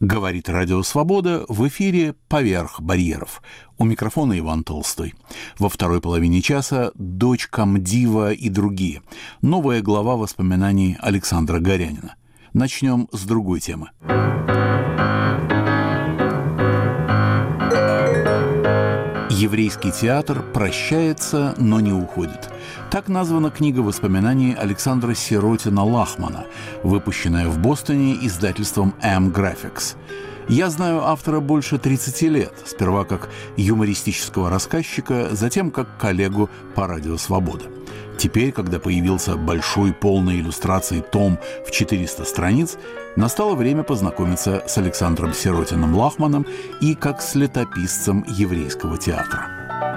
Говорит Радио Свобода, в эфире «Поверх барьеров». У микрофона Иван Толстой. Во второй половине часа «Дочь комдива и другие». Новая глава воспоминаний Александра Горянина. Начнем с другой темы. Еврейский театр прощается, но не уходит. Так названа книга воспоминаний Александра Сиротина-Лахмана, выпущенная в Бостоне издательством M-Graphics. Я знаю автора больше 30 лет, сперва как юмористического рассказчика, затем как коллегу по Радио Свобода. Теперь, когда появился большой полной иллюстрацией том в 400 страниц, настало время познакомиться с Александром Сиротиным-Лахманом и как с летописцем еврейского театра.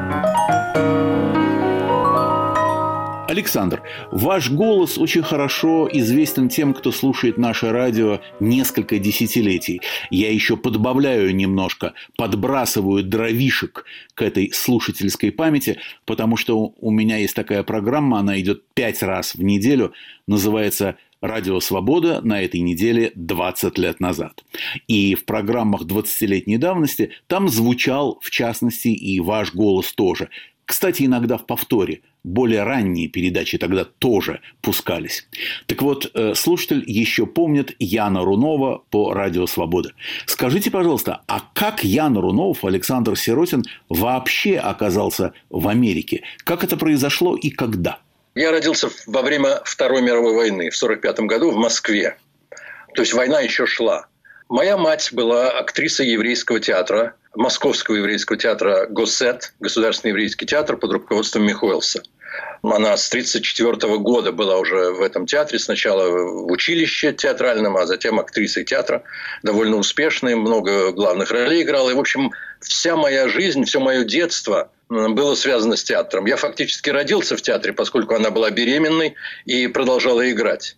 Александр, ваш голос очень хорошо известен тем, кто слушает наше радио несколько десятилетий. Я еще подбавляю немножко, подбрасываю дровишек к этой слушательской памяти, потому что у меня есть такая программа, она идет 5 раз в неделю, называется «Радио Свобода» на этой неделе 20 лет назад. И в программах 20-летней давности там звучал, в частности, и ваш голос тоже. Кстати, иногда в повторе. Более ранние передачи тогда тоже пускались. Так вот, слушатель еще помнит Яна Рунова по Радио Свобода. Скажите, пожалуйста, а как Ян Рунов, Александр Сиротин, вообще оказался в Америке? Как это произошло и когда? Я родился во время Второй мировой войны в 1945 году в Москве. То есть война еще шла. Моя мать была актрисой еврейского театра, Московского еврейского театра ГОСЭТ, Государственный еврейский театр под руководством Михоэлса. Она с 1934 года была уже в этом театре. Сначала в училище театральном, а затем актрисой театра. Довольно успешной, много главных ролей играла. И, в общем, вся моя жизнь, все мое детство было связано с театром. Я фактически родился в театре, поскольку она была беременной и продолжала играть.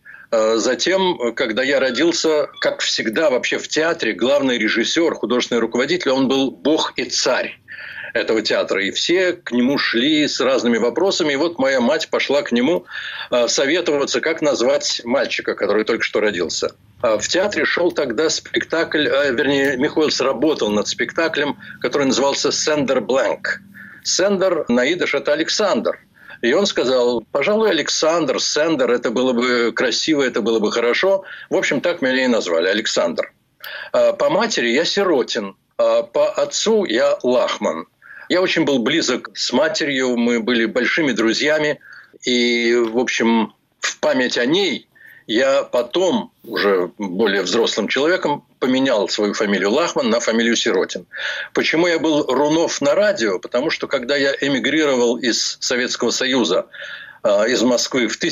Затем, когда я родился, как всегда вообще в театре, главный режиссер, художественный руководитель, он был бог и царь этого театра. И все к нему шли с разными вопросами. И вот моя мать пошла к нему советоваться, как назвать мальчика, который только что родился. В театре шел тогда спектакль, вернее, Михоэлс работал над спектаклем, который назывался «Сендер Бланк». «Сендер» на идыш – это «Александр». И он сказал: пожалуй, Александр, Сендер, это было бы красиво, это было бы хорошо. В общем, так меня и назвали, Александр. По матери я Сиротин, по отцу я Лахман. Я очень был близок с матерью, мы были большими друзьями. И, в общем, в память о ней я потом, уже более взрослым человеком, поменял свою фамилию Лахман на фамилию Сиротин. Почему я был Рунов на радио? Потому что, когда я эмигрировал из Советского Союза, из Москвы в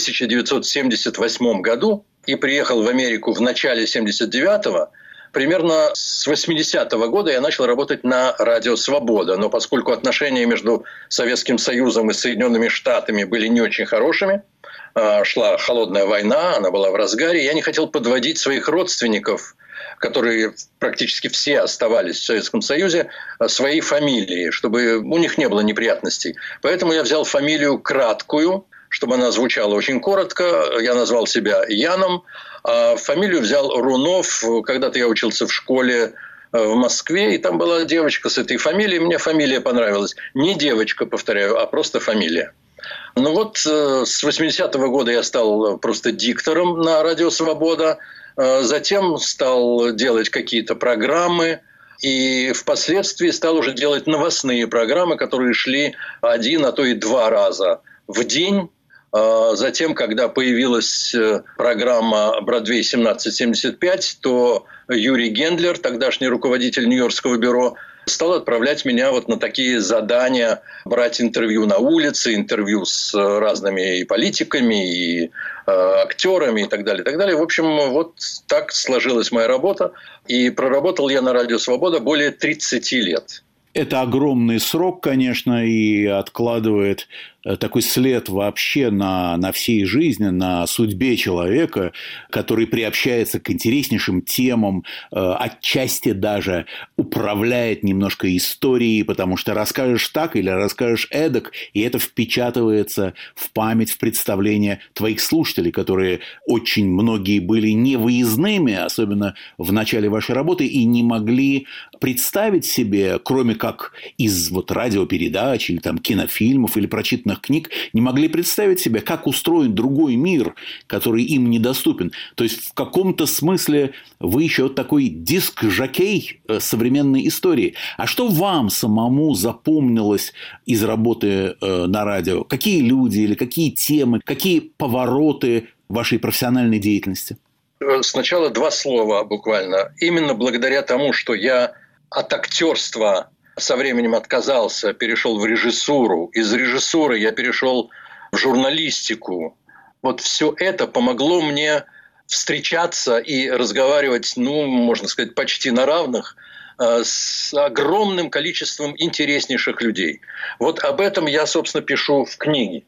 1978 году и приехал в Америку в начале 1979-го, примерно с 80-го года я начал работать на Радио Свобода. Но поскольку отношения между Советским Союзом и Соединенными Штатами были не очень хорошими, шла холодная война, она была в разгаре, я не хотел подводить своих родственников, которые практически все оставались в Советском Союзе, своей фамилией, чтобы у них не было неприятностей. Поэтому я взял фамилию краткую, чтобы она звучала очень коротко. Я назвал себя Яном, а фамилию взял Рунов. Когда-то я учился в школе в Москве, и там была девочка с этой фамилией. Мне фамилия понравилась. Не девочка, повторяю, а просто фамилия. Ну вот с 80-го года я стал просто диктором на Радио Свобода. Затем стал делать какие-то программы. И впоследствии стал уже делать новостные программы, которые шли 1, а то и 2 раза в день. Затем, когда появилась программа «Бродвей 1775», то Юрий Гендлер, тогдашний руководитель Нью-Йоркского бюро, стал отправлять меня вот на такие задания, брать интервью на улице, интервью с разными и политиками, и актерами, и так далее, и так далее. В общем, вот так сложилась моя работа. И проработал я на Радио Свобода более 30 лет. Это огромный срок, конечно, и откладывает такой след вообще на всей жизни, на судьбе человека, который приобщается к интереснейшим темам, отчасти даже управляет немножко историей, потому что расскажешь так или расскажешь эдак, и это впечатывается в память, в представление твоих слушателей, которые очень многие были невыездными, особенно в начале вашей работы, и не могли представить себе, кроме как из радиопередач или там кинофильмов или прочитанных книг, не могли представить себе, как устроен другой мир, который им недоступен. То есть, в каком-то смысле вы еще такой диск-жокей современной истории. А что вам самому запомнилось из работы на радио? Какие люди или какие темы, какие повороты вашей профессиональной деятельности? Сначала два слова буквально. Именно благодаря тому, что я от актерства со временем отказался, перешел в режиссуру. Из режиссуры я перешел в журналистику. Вот все это помогло мне встречаться и разговаривать, можно сказать, почти на равных с огромным количеством интереснейших людей. Вот об этом я, собственно, пишу в книге.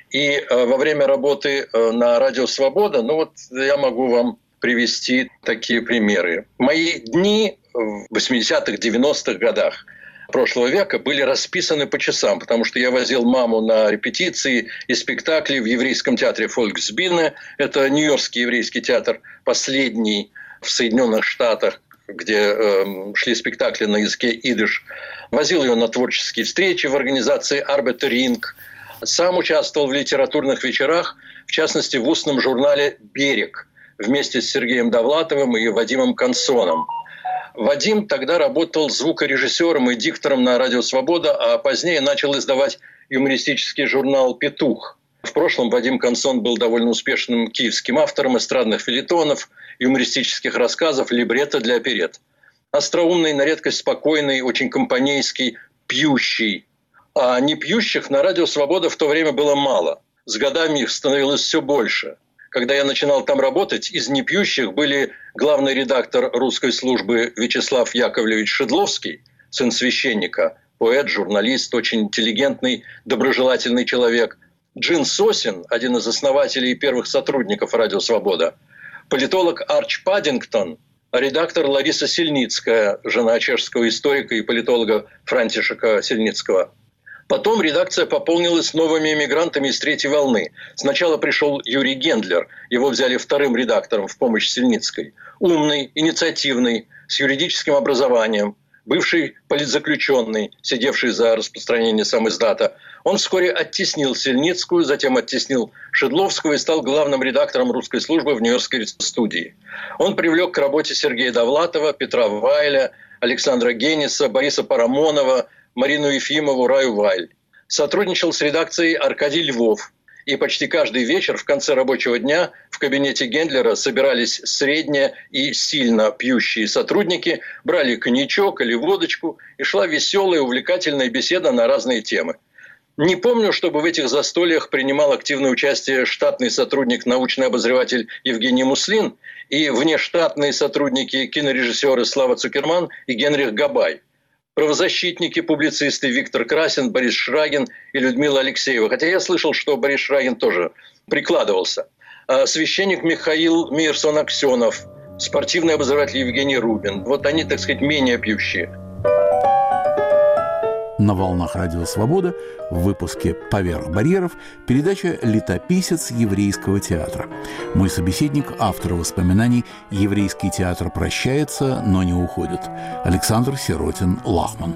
И во время работы на Радио Свобода, я могу вам привести такие примеры. Мои дни в 80-х, 90-х годах прошлого века были расписаны по часам, потому что я возил маму на репетиции и спектакли в еврейском театре «Фольксбюhne». Это нью-йоркский еврейский театр, последний в Соединенных Штатах, где шли спектакли на языке идиш. Возил ее на творческие встречи в организации «Arbeiter Ring». Сам участвовал в литературных вечерах, в частности, в устном журнале «Берег» вместе с Сергеем Довлатовым и Вадимом Консоном. Вадим тогда работал звукорежиссером и диктором на Радио Свобода, а позднее начал издавать юмористический журнал «Петух». В прошлом Вадим Консон был довольно успешным киевским автором эстрадных фельетонов, юмористических рассказов, либретто для оперет. Остроумный, на редкость спокойный, очень компанейский, пьющий. А не пьющих на Радио Свобода в то время было мало. С годами их становилось все больше. Когда я начинал там работать, из непьющих были главный редактор русской службы Вячеслав Яковлевич Шедловский, сын священника, поэт, журналист, очень интеллигентный, доброжелательный человек. Джин Сосин, один из основателей и первых сотрудников Радио Свобода. Политолог Арч Паддингтон, редактор Лариса Сильницкая, жена чешского историка и политолога Франтишека Сильницкого. Потом редакция пополнилась новыми эмигрантами из третьей волны. Сначала пришел Юрий Гендлер. Его взяли вторым редактором в помощь Сильницкой. Умный, инициативный, с юридическим образованием. Бывший политзаключенный, сидевший за распространение самиздата. Он вскоре оттеснил Сильницкую, затем оттеснил Шедловского и стал главным редактором русской службы в Нью-Йоркской студии. Он привлек к работе Сергея Довлатова, Петра Вайля, Александра Генниса, Бориса Парамонова, Марину Ефимову, Раю Вайль. Сотрудничал с редакцией Аркадий Львов. И почти каждый вечер в конце рабочего дня в кабинете Гендлера собирались средне и сильно пьющие сотрудники, брали коньячок или водочку, и шла веселая, увлекательная беседа на разные темы. Не помню, чтобы в этих застольях принимал активное участие штатный сотрудник, научный обозреватель Евгений Муслин и внештатные сотрудники, кинорежиссеры Слава Цукерман и Генрих Габай. Правозащитники, публицисты Виктор Красин, Борис Шрагин и Людмила Алексеева. Хотя я слышал, что Борис Шрагин тоже прикладывался. Священник Михаил Мейерсон-Аксенов, спортивный обозреватель Евгений Рубин. Вот они, так сказать, менее пьющие. На волнах Радио Свобода в выпуске «Поверх барьеров» передача «Летописец еврейского театра». Мой собеседник – автор воспоминаний «Еврейский театр прощается, но не уходит» Александр Сиротин-Лахман.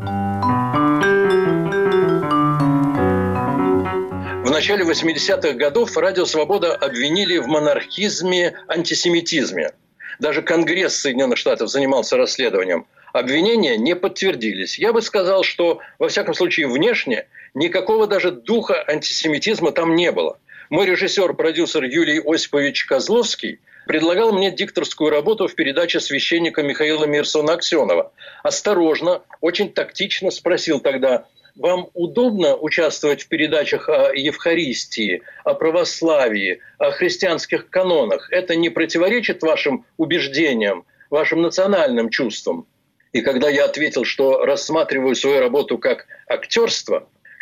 В начале 80-х годов Радио Свобода обвинили в монархизме, антисемитизме. Даже Конгресс Соединенных Штатов занимался расследованием. Обвинения не подтвердились. Я бы сказал, что, во всяком случае, внешне никакого даже духа антисемитизма там не было. Мой режиссер-продюсер Юлий Осипович Козловский предлагал мне дикторскую работу в передаче священника Михаила Мейерсона-Аксенова. Осторожно, очень тактично спросил тогда: вам удобно участвовать в передачах о Евхаристии, о православии, о христианских канонах? Это не противоречит вашим убеждениям, вашим национальным чувствам? И когда я ответил, что рассматриваю свою работу как актерство,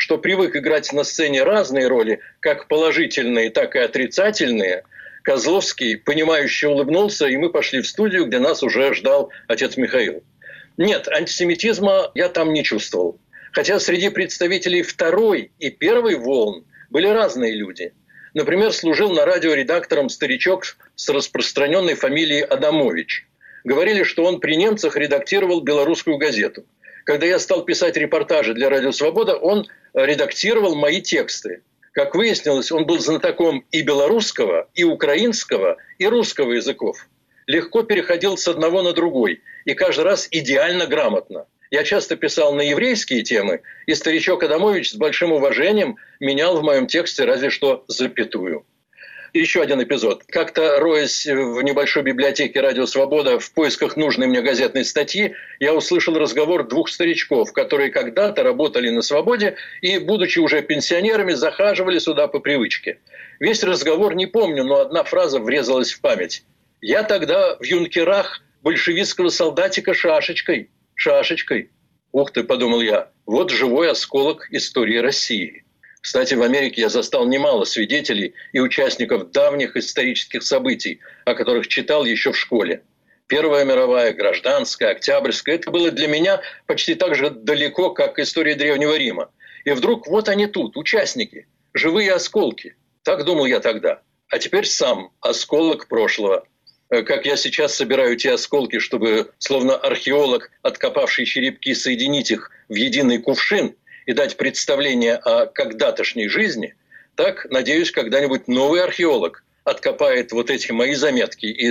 что привык играть на сцене разные роли, как положительные, так и отрицательные, Козловский, понимающе улыбнулся, и мы пошли в студию, где нас уже ждал отец Михаил. Нет, антисемитизма я там не чувствовал. Хотя среди представителей второй и первой волн были разные люди. Например, служил на радио редактором старичок с распространенной фамилией Адамович. Говорили, что он при немцах редактировал «Белорусскую газету». Когда я стал писать репортажи для «Радио Свобода», он редактировал мои тексты. Как выяснилось, он был знатоком и белорусского, и украинского, и русского языков. Легко переходил с одного на другой, и каждый раз идеально грамотно. Я часто писал на еврейские темы, и старичок Адамович с большим уважением менял в моем тексте разве что запятую. И еще один эпизод. Как-то, роясь в небольшой библиотеке «Радио Свобода» в поисках нужной мне газетной статьи, я услышал разговор двух старичков, которые когда-то работали на «Свободе» и, будучи уже пенсионерами, захаживали сюда по привычке. Весь разговор не помню, но одна фраза врезалась в память. «Я тогда в юнкерах большевистского солдатика шашечкой». Шашечкой. Ух ты, подумал я, вот живой осколок истории России. Кстати, в Америке я застал немало свидетелей и участников давних исторических событий, о которых читал еще в школе. Первая мировая, гражданская, октябрьская – это было для меня почти так же далеко, как история Древнего Рима. И вдруг вот они тут, участники, живые осколки. Так думал я тогда. А теперь сам осколок прошлого. Как я сейчас собираю те осколки, чтобы, словно археолог, откопавший черепки, соединить их в единый кувшин и дать представление о когда-тошней жизни, так, надеюсь, когда-нибудь новый археолог откопает вот эти мои заметки и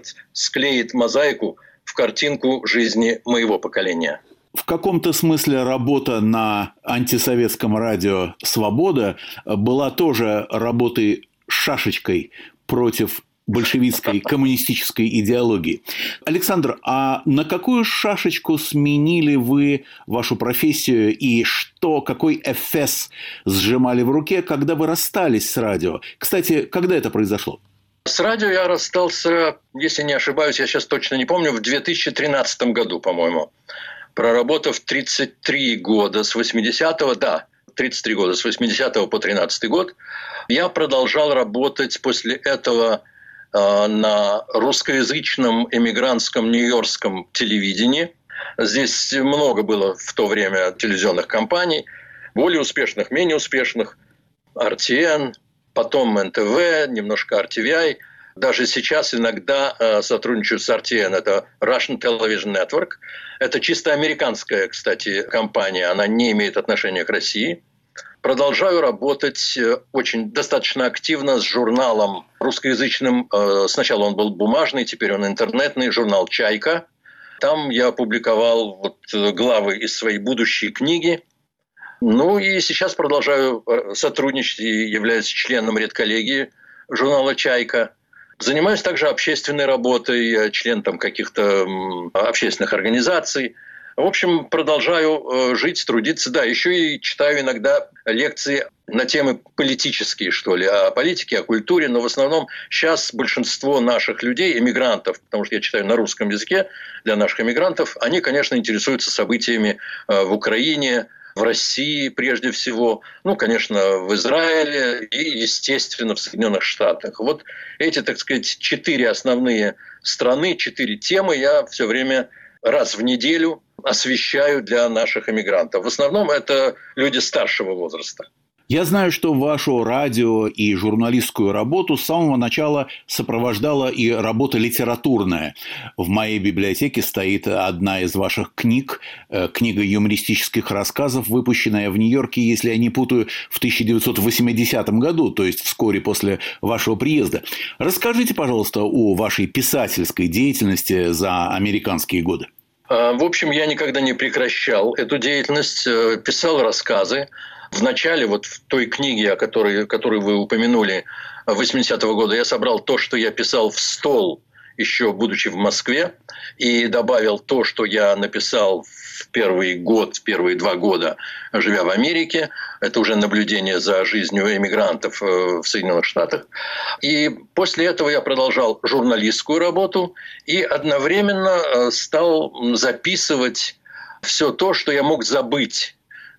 склеит мозаику в картинку жизни моего поколения. В каком-то смысле работа на антисоветском радио «Свобода» была тоже работой шашечкой против большевистской коммунистической идеологии. Александр, а на какую шашечку сменили вы вашу профессию и какой эфес сжимали в руке, когда вы расстались с радио? Кстати, когда это произошло? С радио я расстался, если не ошибаюсь, я сейчас точно не помню, в 2013 году, по-моему. Проработав 33 года с 80-го, 33 года с 80-го по 13-й год, я продолжал работать после этого на русскоязычном эмигрантском нью-йоркском телевидении. Здесь много было в то время телевизионных компаний, более успешных, менее успешных. RTN, потом НТВ, немножко RTVI. Даже сейчас иногда сотрудничаю с RTN. Это Russian Television Network. Это чисто американская, кстати, компания. Она не имеет отношения к России. Продолжаю работать достаточно активно с журналом русскоязычным. Сначала он был бумажный, теперь он интернетный, журнал «Чайка». Там я опубликовал главы из своей будущей книги. Ну и сейчас продолжаю сотрудничать и являюсь членом редколлегии журнала «Чайка». Занимаюсь также общественной работой, я член каких-то общественных организаций. В общем, продолжаю жить, трудиться. Да, еще и читаю иногда лекции на темы политические, что ли, о политике, о культуре. Но в основном сейчас большинство наших людей, эмигрантов, потому что я читаю на русском языке для наших эмигрантов, они, конечно, интересуются событиями в Украине, в России прежде всего, конечно, в Израиле и, естественно, в Соединенных Штатах. Вот эти, так сказать, 4 основные страны, 4 темы я все время раз в неделю освещаю для наших эмигрантов. В основном это люди старшего возраста. Я знаю, что вашу радио и журналистскую работу с самого начала сопровождала и работа литературная. В моей библиотеке стоит одна из ваших книг, книга юмористических рассказов, выпущенная в Нью-Йорке, если я не путаю, в 1980 году, то есть вскоре после вашего приезда. Расскажите, пожалуйста, о вашей писательской деятельности за американские годы. В общем, я никогда не прекращал эту деятельность, писал рассказы. В начале, в той книге, которую вы упомянули, 80-го года, я собрал то, что я писал в стол, еще будучи в Москве, и добавил то, что я написал в первые 2 года, живя в Америке. Это уже наблюдение за жизнью эмигрантов в Соединенных Штатах. И после этого я продолжал журналистскую работу и одновременно стал записывать все то, что я мог забыть.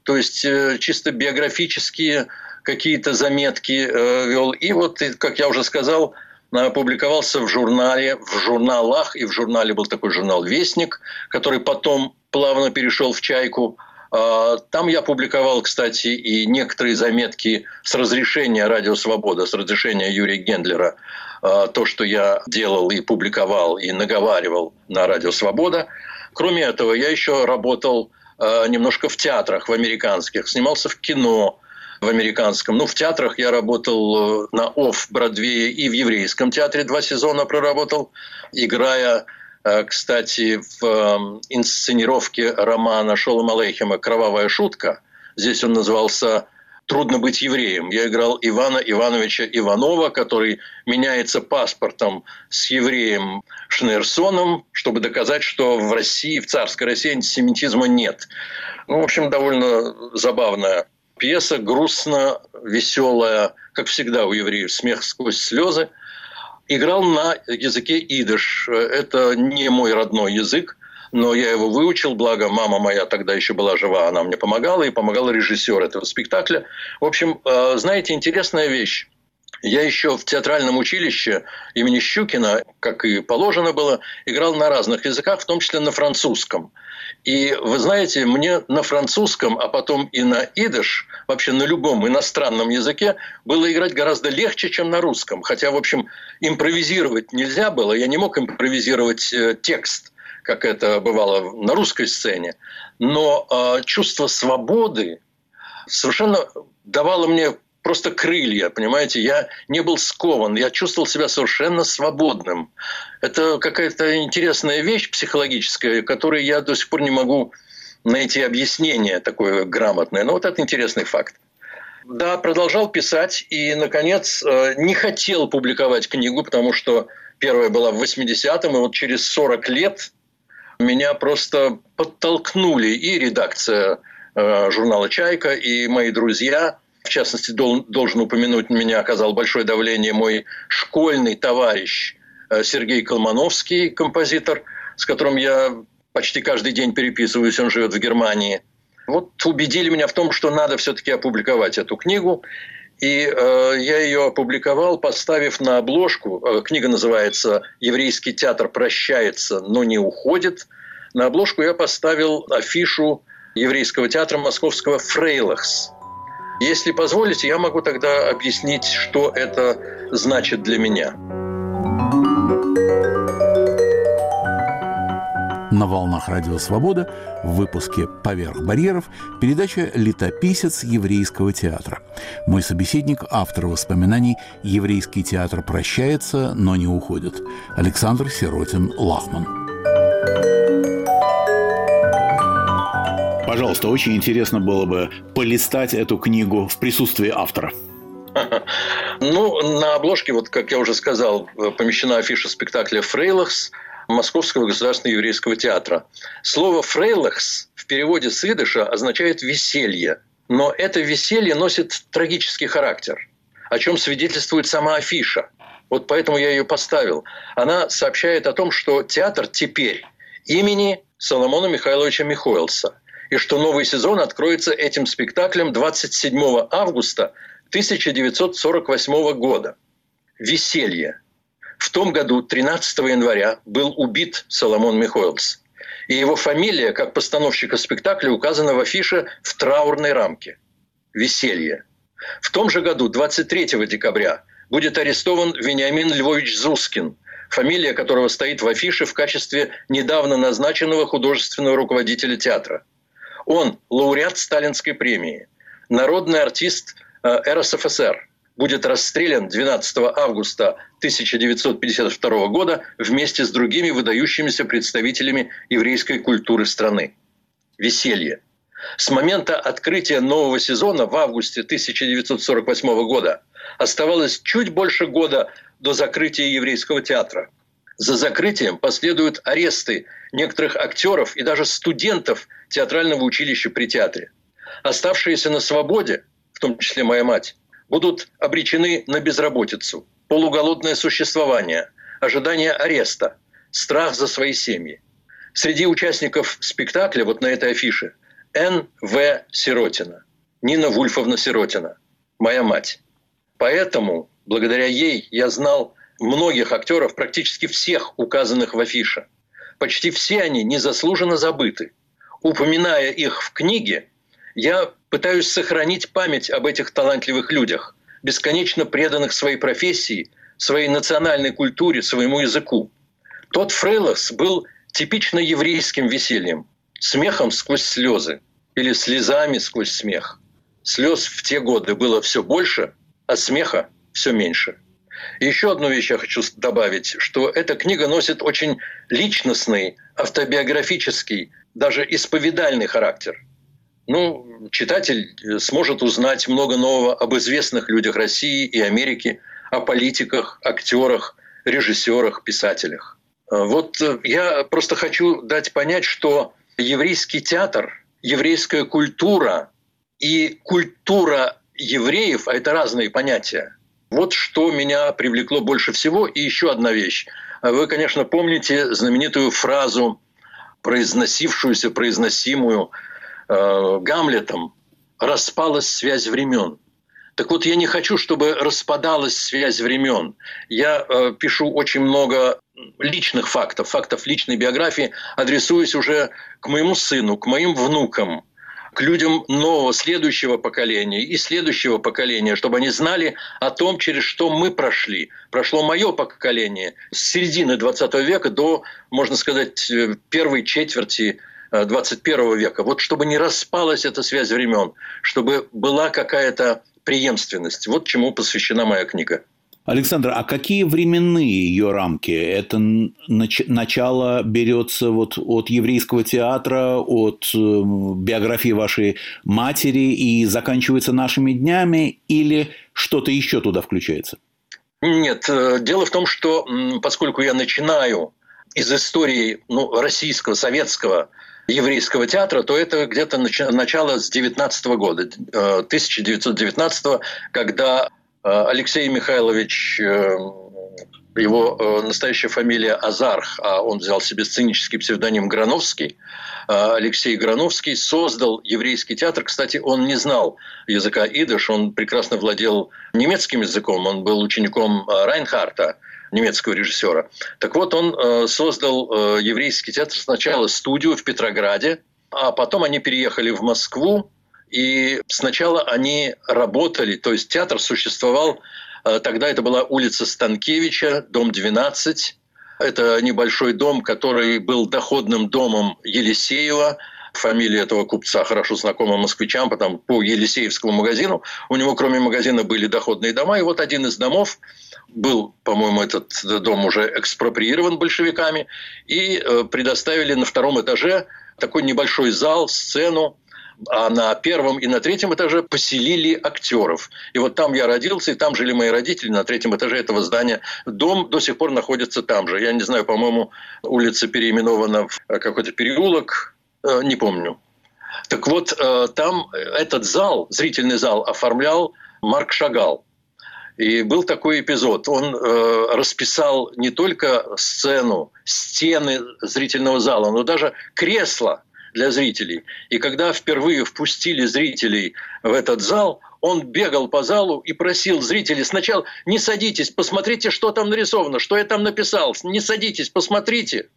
то есть чисто биографические какие-то заметки вел. И вот, как я уже сказал, публиковался в журналах, и в журнале был такой журнал «Вестник», который потом плавно перешел в «Чайку». Там я публиковал, кстати, и некоторые заметки с разрешения «Радио Свобода», с разрешения Юрия Гендлера, то, что я делал и публиковал, и наговаривал на «Радио Свобода». Кроме этого, я еще работал немножко в театрах, в американских, снимался в кино в американском. Ну, в театрах я работал на Офф-Бродвее и в еврейском театре 2 сезона проработал, играя, кстати, в инсценировке романа Шолома Алейхема «Кровавая шутка». Здесь он назывался «Трудно быть евреем». Я играл Ивана Ивановича Иванова, который меняется паспортом с евреем Шнейрсоном, чтобы доказать, что в России, в царской России антисемитизма нет. Ну, в общем, довольно забавная пьеса, грустно, веселая, как всегда у евреев, смех сквозь слезы. Играл на языке идиш. Это не мой родной язык, но я его выучил, благо мама моя тогда еще была жива, она мне помогала, и помогал режиссер этого спектакля. В общем, знаете, интересная вещь. Я еще в театральном училище имени Щукина, как и положено было, играл на разных языках, в том числе на французском. И вы знаете, мне на французском, а потом и на идиш, вообще на любом иностранном языке, было играть гораздо легче, чем на русском. Хотя, в общем, импровизировать нельзя было. Я не мог импровизировать текст, как это бывало на русской сцене. Но чувство свободы совершенно давало мне просто крылья, понимаете? Я не был скован, я чувствовал себя совершенно свободным. Это какая-то интересная вещь психологическая, которой я до сих пор не могу найти объяснение такое грамотное. Но вот это интересный факт. Да, продолжал писать и, наконец, не хотел публиковать книгу, потому что первая была в 80-м, и вот через 40 лет меня просто подтолкнули и редакция журнала «Чайка», и мои друзья. В частности, должен упомянуть, на меня оказал большое давление мой школьный товарищ Сергей Колмановский, композитор, с которым я почти каждый день переписываюсь, он живет в Германии. Вот убедили меня в том, что надо все-таки опубликовать эту книгу. И я ее опубликовал, поставив на обложку. Книга называется «Еврейский театр прощается, но не уходит». На обложку я поставил афишу еврейского театра московского «Фрейлахс». Если позволите, я могу тогда объяснить, что это значит для меня. На волнах «Радио Свобода» в выпуске «Поверх барьеров» передача «Летописец еврейского театра». Мой собеседник – автор воспоминаний «Еврейский театр прощается, но не уходит» Александр Сиротин-Лахман. Пожалуйста, очень интересно было бы полистать эту книгу в присутствии автора. Ну, на обложке, вот как я уже сказал, помещена афиша спектакля «Фрейлахс» Московского государственного еврейского театра. Слово «фрейлахс» в переводе с идиша означает «веселье». Но это веселье носит трагический характер, о чем свидетельствует сама афиша. Вот поэтому я ее поставил. Она сообщает о том, что театр теперь имени Соломона Михайловича Михоэлса. И что новый сезон откроется этим спектаклем 27 августа 1948 года. Веселье. В том году, 13 января, был убит Соломон Михоэлс. И его фамилия, как постановщика спектакля, указана в афише в траурной рамке. Веселье. В том же году, 23 декабря, будет арестован Вениамин Львович Зускин, фамилия которого стоит в афише в качестве недавно назначенного художественного руководителя театра. Он лауреат Сталинской премии, народный артист РСФСР, будет расстрелян 12 августа 1952 года вместе с другими выдающимися представителями еврейской культуры страны. Веселье. С момента открытия нового сезона в августе 1948 года оставалось чуть больше года до закрытия еврейского театра. За закрытием последуют аресты некоторых актеров и даже студентов театрального училища при театре. Оставшиеся на свободе, в том числе моя мать, будут обречены на безработицу, полуголодное существование, ожидание ареста, страх за свои семьи. Среди участников спектакля, вот на этой афише, Н.В. Сиротина. Нина Вульфовна Сиротина. Моя мать. Поэтому, благодаря ей, я знал многих актеров, практически всех указанных в афише. Почти все они незаслуженно забыты. Упоминая их в книге, я пытаюсь сохранить память об этих талантливых людях, бесконечно преданных своей профессии, своей национальной культуре, своему языку. Тот Фрейлос был типично еврейским весельем, смехом сквозь слезы или слезами сквозь смех. Слез в те годы было все больше, а смеха все меньше. И еще одну вещь я хочу добавить, что эта книга носит очень личностный, автобиографический, даже исповедальный характер. Читатель сможет узнать много нового об известных людях России и Америки, о политиках, актерах, режиссерах, писателях. Вот я просто хочу дать понять, что еврейский театр, еврейская культура и культура евреев – а это разные понятия. Вот что меня привлекло больше всего. И еще одна вещь. Вы, конечно, помните знаменитую фразу, произносимую Гамлетом: «Распалась связь времен». Так вот, я не хочу, чтобы распадалась связь времен. Я пишу очень много личных фактов личной биографии, адресуясь уже к моему сыну, к моим внукам, к людям нового, следующего поколения и следующего поколения, чтобы они знали о том, через что мы прошли. Прошло мое поколение с середины 20 века до, можно сказать, первой четверти 21 века. Вот чтобы не распалась эта связь времен, чтобы была какая-то преемственность. Вот чему посвящена моя книга. Александр, а какие временные ее рамки? Это начало берется от еврейского театра, от биографии вашей матери и заканчивается нашими днями, или что-то еще туда включается? Нет. Дело в том, что поскольку я начинаю из истории российского, советского еврейского театра, то это где-то начало с 19 года, 1919, когда Алексей Михайлович, его настоящая фамилия Азарх, а он взял себе сценический псевдоним Грановский, Алексей Грановский создал еврейский театр. Кстати, он не знал языка идыш, он прекрасно владел немецким языком, он был учеником Райнхарта, немецкого режиссера. Так вот, он создал еврейский театр, сначала студию в Петрограде, а потом они переехали в Москву, и сначала они работали, то есть театр существовал, тогда это была улица Станкевича, дом 12. Это небольшой дом, который был доходным домом Елисеева. Фамилия этого купца хорошо знакома москвичам, потому по Елисеевскому магазину. У него, кроме магазина, были доходные дома. И вот один из домов был, по-моему, этот дом уже экспроприирован большевиками. И предоставили на втором этаже такой небольшой зал, сцену. А на первом и на третьем этаже поселили актеров. И вот там я родился, и там жили мои родители, на третьем этаже этого здания. Дом до сих пор находится там же. Я не знаю, по-моему, улица переименована в какой-то переулок, не помню. Так вот, там этот зал, зрительный зал, оформлял Марк Шагал. И был такой эпизод. Он расписал не только сцену, стены зрительного зала, но даже кресла для зрителей. И когда впервые впустили зрителей в этот зал, он бегал по залу и просил зрителей: сначала не садитесь, посмотрите, что там нарисовано, что я там написал. Не садитесь, посмотрите.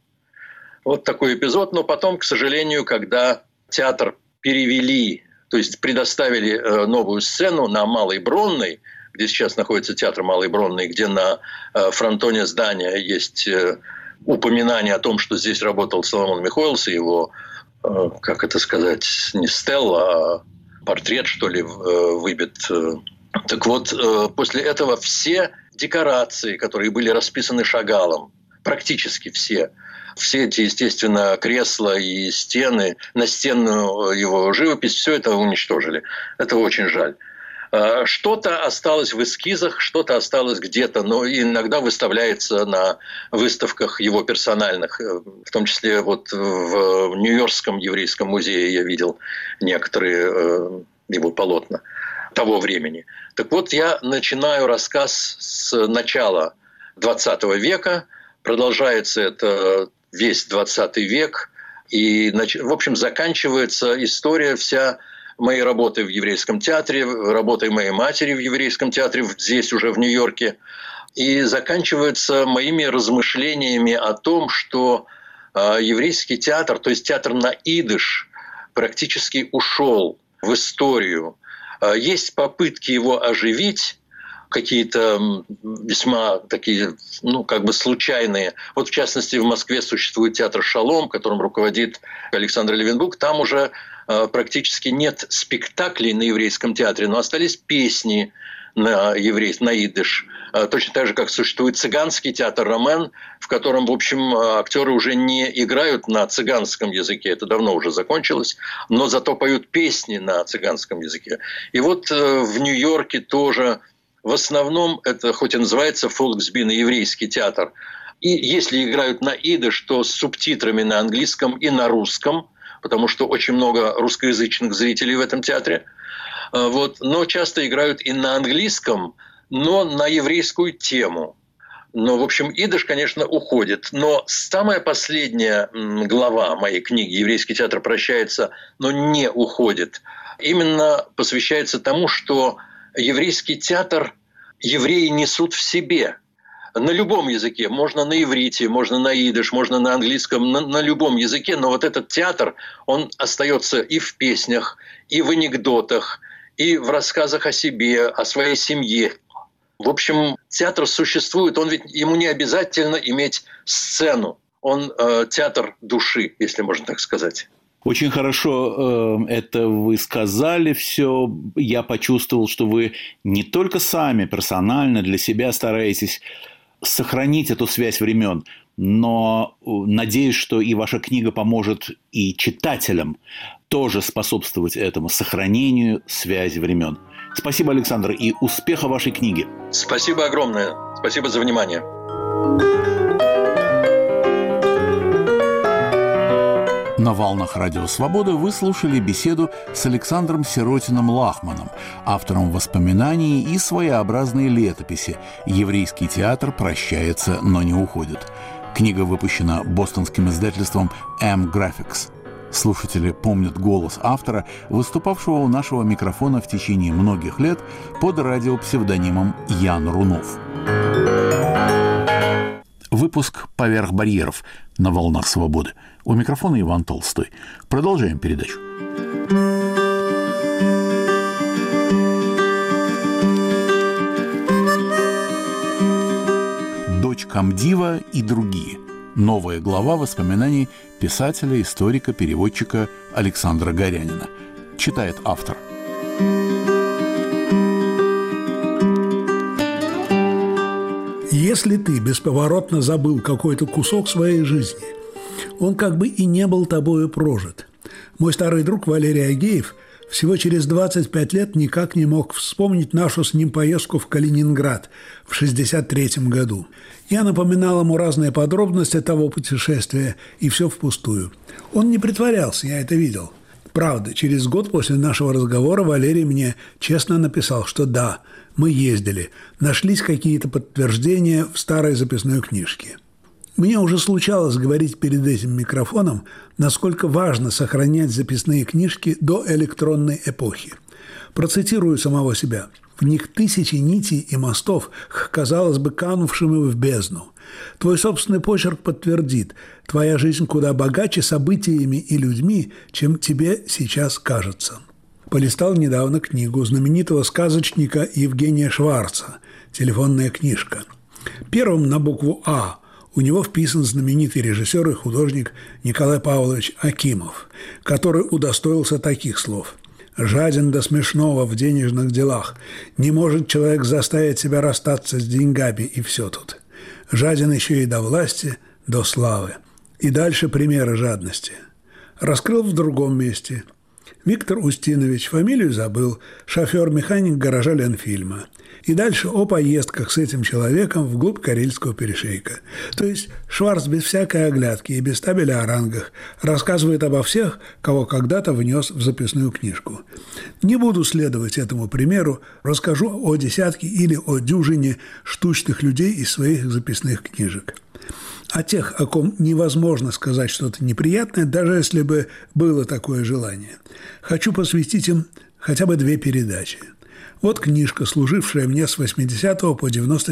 Вот такой эпизод. Но потом, к сожалению, когда театр перевели, то есть предоставили новую сцену на Малой Бронной, где сейчас находится театр Малой Бронной, где на фронтоне здания есть упоминание о том, что здесь работал Соломон Михоэлс и его, как это сказать, не стелла, а портрет, что ли, выбит. Так вот, после этого все декорации, которые были расписаны Шагалом, практически все эти, естественно, кресла и стены, настенную его живопись, все это уничтожили. Это очень жаль. Что-то осталось в эскизах, что-то осталось где-то, но иногда выставляется на выставках его персональных. В том числе вот в Нью-Йоркском еврейском музее я видел некоторые его полотна того времени. Так вот, я начинаю рассказ с начала XX века. Продолжается это весь XX век. И, в общем, заканчивается история вся моей работы в еврейском театре, работой моей матери в еврейском театре, здесь уже в Нью-Йорке. И заканчивается моими размышлениями о том, что еврейский театр, то есть театр на идиш, практически ушел в историю. Есть попытки его оживить, какие-то весьма такие, случайные. Вот, в частности, в Москве существует театр «Шалом», которым руководит Александр Левенбук. Там уже практически нет спектаклей на еврейском театре, но остались песни на идиш. Точно так же, как существует цыганский театр «Ромен», в котором, в общем, актеры уже не играют на цыганском языке, это давно уже закончилось, но зато поют песни на цыганском языке. И вот в Нью-Йорке тоже в основном это, хоть и называется фолксбин, еврейский театр, и если играют на идиш, то с субтитрами на английском и на русском, потому что очень много русскоязычных зрителей в этом театре. Но часто играют и на английском, но на еврейскую тему. Но, в общем, идиш, конечно, уходит. Но самая последняя глава моей книги «Еврейский театр прощается, но не уходит» именно посвящается тому, что еврейский театр евреи несут в себе. На любом языке. Можно на иврите, можно на идиш, можно на английском, на любом языке. Но вот этот театр, он остается и в песнях, и в анекдотах, и в рассказах о себе, о своей семье. В общем, театр существует, ему не обязательно иметь сцену. Он театр души, если можно так сказать. Очень хорошо это вы сказали все. Я почувствовал, что вы не только сами персонально для себя стараетесь сохранить эту связь времен, но надеюсь, что и ваша книга поможет и читателям тоже способствовать этому сохранению связи времен. Спасибо, Александр, и успеха вашей книге. Спасибо огромное. Спасибо за внимание. На волнах Радио Свобода вы слушали беседу с Александром Сиротиным-Лахманом, автором воспоминаний и своеобразной летописи «Еврейский театр прощается, но не уходит». Книга выпущена бостонским издательством M-Graphics. Слушатели помнят голос автора, выступавшего у нашего микрофона в течение многих лет под радиопсевдонимом Ян Рунов. Выпуск «Поверх барьеров» на волнах свободы. У микрофона Иван Толстой. Продолжаем передачу. «Дочь комдива и другие». Новая глава воспоминаний писателя, историка, переводчика Александра Горянина. Читает автор. Если ты бесповоротно забыл какой-то кусок своей жизни, он как бы и не был тобою прожит. Мой старый друг Валерий Агеев всего через 25 лет никак не мог вспомнить нашу с ним поездку в Калининград в 1963 году. Я напоминал ему разные подробности того путешествия, и все впустую. Он не притворялся, я это видел. Правда, через год после нашего разговора Валерий мне честно написал, что да, мы ездили, нашлись какие-то подтверждения в старой записной книжке. Мне уже случалось говорить перед этим микрофоном, насколько важно сохранять записные книжки до электронной эпохи. Процитирую самого себя. В них тысячи нитей и мостов, казалось бы, канувшими в бездну. Твой собственный почерк подтвердит, твоя жизнь куда богаче событиями и людьми, чем тебе сейчас кажется. Полистал недавно книгу знаменитого сказочника Евгения Шварца «Телефонная книжка». Первым на букву «А» у него вписан знаменитый режиссер и художник Николай Павлович Акимов, который удостоился таких слов: «Жаден до смешного в денежных делах. Не может человек заставить себя расстаться с деньгами, и все тут. Жаден еще и до власти, до славы». И дальше примеры жадности. Раскрыл в другом месте. Виктор Устинович, фамилию забыл, шофер-механик гаража Ленфильма. И дальше о поездках с этим человеком вглубь Карельского перешейка. То есть Шварц без всякой оглядки и без табеля о рангах рассказывает обо всех, кого когда-то внес в записную книжку. Не буду следовать этому примеру, расскажу о десятке или о дюжине штучных людей из своих записных книжек. о тех, о ком невозможно сказать что-то неприятное, даже если бы было такое желание. Хочу посвятить им хотя бы 2 передачи. Вот книжка, служившая мне с 80 по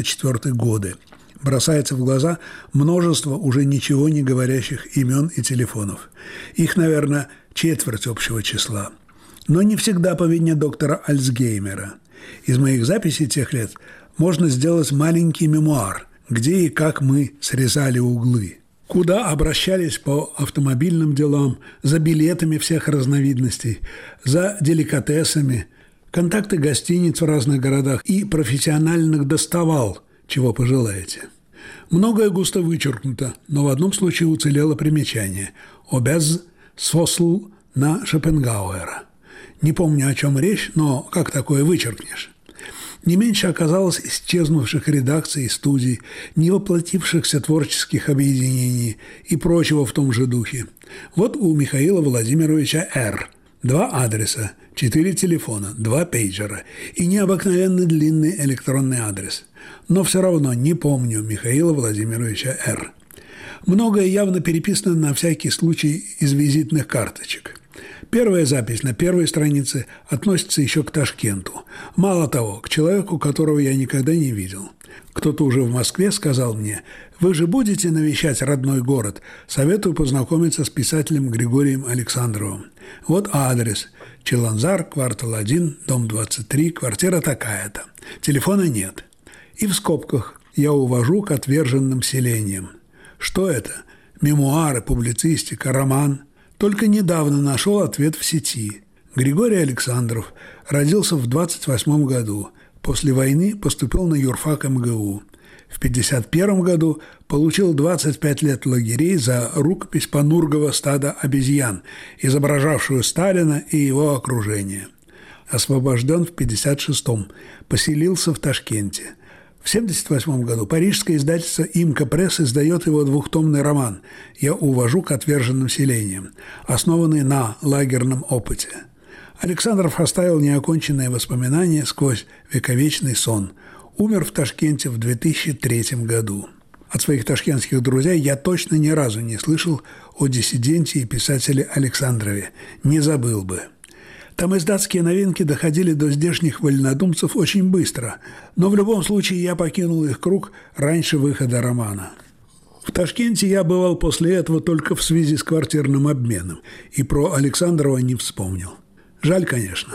94 годы. Бросается в глаза множество уже ничего не говорящих имен и телефонов. Их, наверное, 1/4 общего числа. Но не всегда по вине доктора Альцгеймера. Из моих записей тех лет можно сделать маленький мемуар, где и как мы срезали углы. Куда обращались по автомобильным делам, за билетами всех разновидностей, за деликатесами, контакты гостиниц в разных городах и профессиональных доставал, чего пожелаете. Многое густо вычеркнуто, но в одном случае уцелело примечание «Обез свосл на Шопенгауэра». Не помню, о чем речь, но как такое вычеркнешь? Не меньше оказалось исчезнувших редакций и студий, не воплотившихся творческих объединений и прочего в том же духе. Вот у Михаила Владимировича Р. 2 адреса, 4 телефона, 2 пейджера и необыкновенно длинный электронный адрес. Но все равно не помню Михаила Владимировича Р. Многое явно переписано на всякий случай из визитных карточек. Первая запись на первой странице относится еще к Ташкенту. Мало того, к человеку, которого я никогда не видел. Кто-то уже в Москве сказал мне: «Вы же будете навещать родной город? Советую познакомиться с писателем Григорием Александровым. Вот адрес. Чиланзар, квартал 1, дом 23, квартира такая-то. Телефона нет». И в скобках: «Я увожу к отверженным селениям». Что это? Мемуары, публицистика, роман? Только недавно нашел ответ в сети. Григорий Александров родился в 28 году. После войны поступил на юрфак МГУ. В 1951 году получил 25 лет лагерей за рукопись Панургова «Стадо обезьян», изображавшую Сталина и его окружение. Освобожден в 1956-м, поселился в Ташкенте. В 1978 году парижское издательство «Имка Пресс» издает его 2-томный роман «Я увожу к отверженным селениям», основанный на лагерном опыте. Александров оставил неоконченные воспоминания сквозь вековечный сон. Умер в Ташкенте в 2003 году. От своих ташкентских друзей я точно ни разу не слышал о диссиденте и писателе Александрове. Не забыл бы. Там издатские новинки доходили до здешних вольнодумцев очень быстро, но в любом случае я покинул их круг раньше выхода романа. В Ташкенте я бывал после этого только в связи с квартирным обменом, и про Александрова не вспомнил. Жаль, конечно.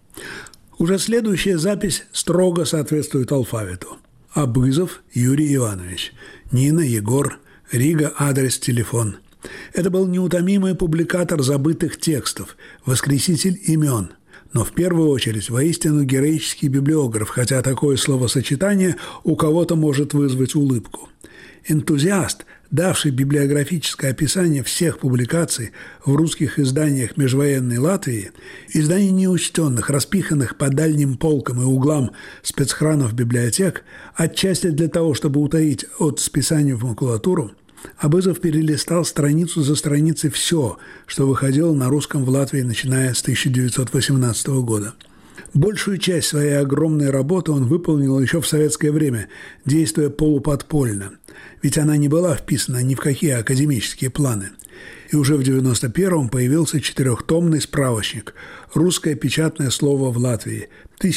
Уже следующая запись строго соответствует алфавиту. Абызов Юрий Иванович, Нина, Егор, Рига, адрес, телефон. Это был неутомимый публикатор забытых текстов, воскреситель имен, но в первую очередь воистину героический библиограф, хотя такое словосочетание у кого-то может вызвать улыбку. Энтузиаст, давший библиографическое описание всех публикаций в русских изданиях межвоенной Латвии, изданий неучтенных, распиханных по дальним полкам и углам спецхранов библиотек, отчасти для того, чтобы утаить от списания в макулатуру, Абызов перелистал страницу за страницей все, что выходило на русском в Латвии, начиная с 1918 года. Большую часть своей огромной работы он выполнил еще в советское время, действуя полуподпольно, ведь она не была вписана ни в какие академические планы. И уже в 1991-м появился 4-томный справочник «Русское печатное слово в Латвии»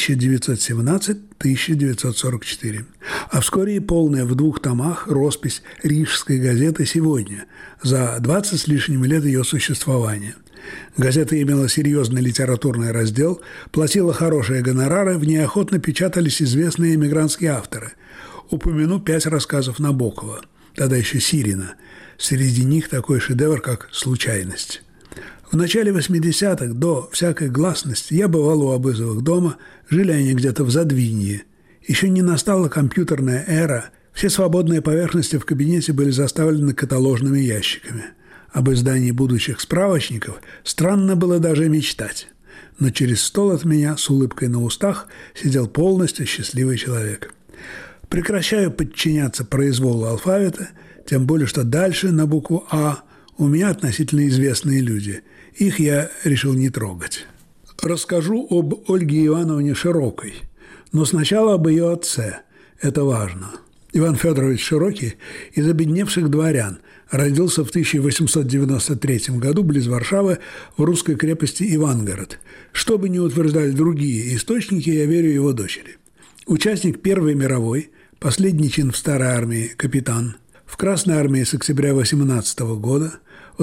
1917-1944. А вскоре и полная в 2 томах роспись Рижской газеты «Сегодня» за 20 с лишним лет ее существования. Газета имела серьезный литературный раздел, платила хорошие гонорары, в ней охотно печатались известные эмигрантские авторы. Упомяну 5 рассказов Набокова, тогда еще Сирина. Среди них такой шедевр, как «Случайность». В начале 80-х, до всякой гласности, я бывал у Абызовых дома, жили они где-то в Задвинье. Еще не настала компьютерная эра, все свободные поверхности в кабинете были заставлены каталожными ящиками. Об издании будущих справочников странно было даже мечтать. Но через стол от меня с улыбкой на устах сидел полностью счастливый человек. Прекращаю подчиняться произволу алфавита, тем более, что дальше на букву «А» у меня относительно известные люди. Их я решил не трогать. Расскажу об Ольге Ивановне Широкой, но сначала об ее отце. Это важно. Иван Федорович Широкий из обедневших дворян, родился в 1893 году близ Варшавы в русской крепости Ивангород. Что бы ни утверждали другие источники, я верю его дочери. Участник Первой мировой, последний чин в Старой армии, капитан, в Красной армии с октября 18 года, в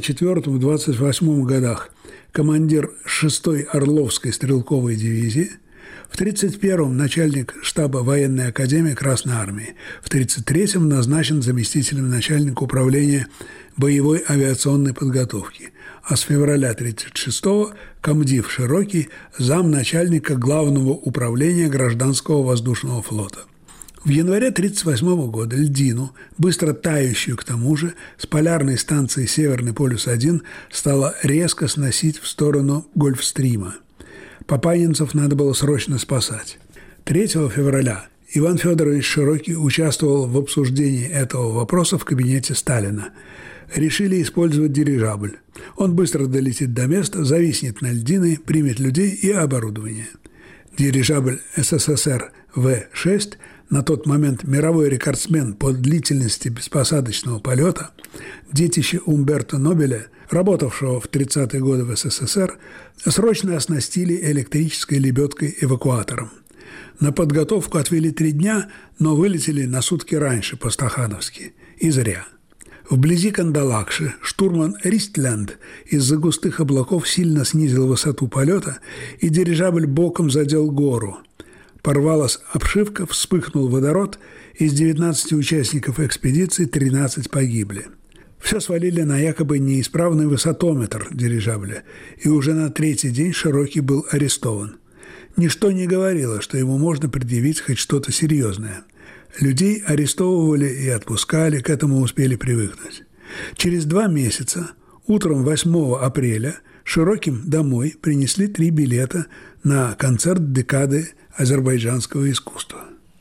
24-28 годах командир 6-й Орловской стрелковой дивизии, в 1931-м начальник штаба военной академии Красной армии, в 1933-м назначен заместителем начальника управления боевой авиационной подготовки, а с февраля 1936-го комдив Широкий замначальника Главного управления Гражданского воздушного флота. В январе 1938 года льдину, быстро тающую к тому же, с полярной станции «Северный полюс-1» стало резко сносить в сторону Гольфстрима. Папанинцев надо было срочно спасать. 3 февраля Иван Федорович Широкий участвовал в обсуждении этого вопроса в кабинете Сталина. Решили использовать дирижабль. Он быстро долетит до места, зависнет на льдиной, примет людей и оборудование. Дирижабль СССР В-6, на тот момент мировой рекордсмен по длительности беспосадочного полета, детище Умберто Нобеля, работавшего в 30-е годы в СССР, срочно оснастили электрической лебедкой-эвакуатором. На подготовку отвели 3 дня, но вылетели на сутки раньше по-стахановски. И зря. Вблизи Кандалакши штурман Ристлянд из-за густых облаков сильно снизил высоту полета, и дирижабль боком задел гору. Порвалась обшивка, вспыхнул водород, из 19 участников экспедиции 13 погибли. Все свалили на якобы неисправный высотометр дирижабля, и уже на 3-й день Широкий был арестован. Ничто не говорило, что ему можно предъявить хоть что-то серьезное. Людей арестовывали и отпускали, к этому успели привыкнуть. Через 2 месяца, утром 8 апреля, Широким домой принесли 3 билета на концерт декады азербайджанского искусства.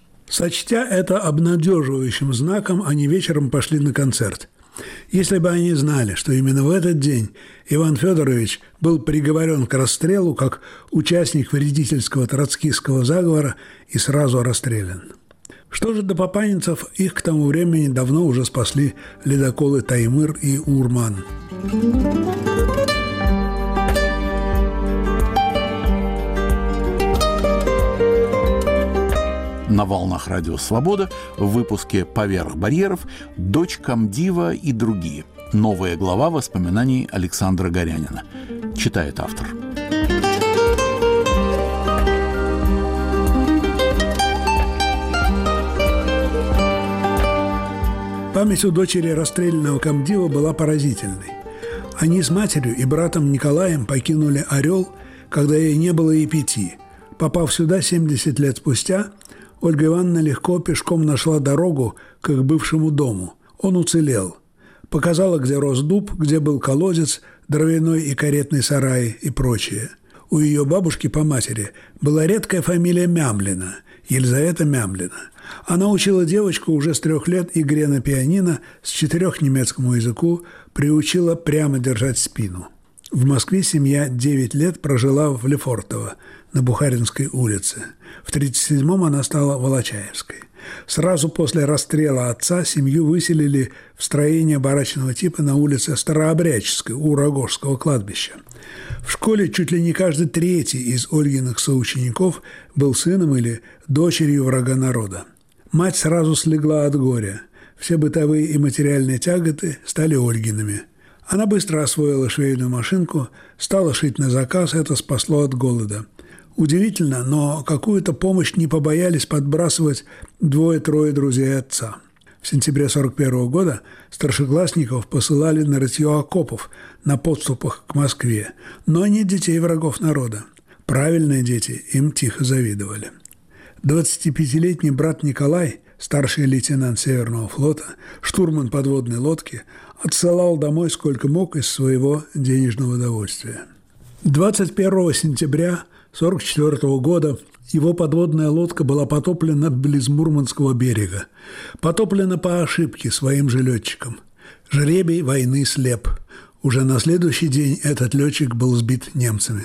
Сочтя это обнадеживающим знаком, они вечером пошли на концерт. Если бы они знали, что именно в этот день Иван Федорович был приговорен к расстрелу как участник вредительского троцкистского заговора и сразу расстрелян. Что же до папанинцев, их к тому времени давно уже спасли ледоколы «Таймыр» и «Урман». На волнах Радио Свобода в выпуске «Поверх барьеров» «Дочь комдива и другие». Новая глава воспоминаний Александра Горянина. Читает автор. Память у дочери расстрелянного комдива была поразительной. Они с матерью и братом Николаем покинули «Орел», когда ей не было и 5. Попав сюда 70 лет спустя, Ольга Ивановна легко пешком нашла дорогу к их бывшему дому. Он уцелел. Показала, где рос дуб, где был колодец, дровяной и каретный сарай и прочее. У ее бабушки по матери была редкая фамилия Мямлина, Елизавета Мямлина. Она учила девочку уже с 3 лет игре на пианино, с 4 немецкому языку, приучила прямо держать спину. В Москве семья 9 лет прожила в Лефортово, на Бухаринской улице. В 1937-м она стала Волочаевской. Сразу после расстрела отца семью выселили в строение барачного типа на улице Старообрядческой у Рогожского кладбища. В школе чуть ли не каждый 3-й из Ольгиных соучеников был сыном или дочерью врага народа. Мать сразу слегла от горя. Все бытовые и материальные тяготы стали Ольгиными. Она быстро освоила швейную машинку, стала шить на заказ, это спасло от голода. Удивительно, но какую-то помощь не побоялись подбрасывать 2-3 друзей отца. В сентябре 1941 года старшеклассников посылали на рытье окопов на подступах к Москве, но не детей врагов народа. Правильные дети им тихо завидовали. 25-летний брат Николай, старший лейтенант Северного флота, штурман подводной лодки, отсылал домой сколько мог из своего денежного удовольствия. 21 сентября 1944 года его подводная лодка была потоплена близ Мурманского берега. Потоплена по ошибке своим же летчиком. Жребий войны слеп. Уже на следующий день этот летчик был сбит немцами.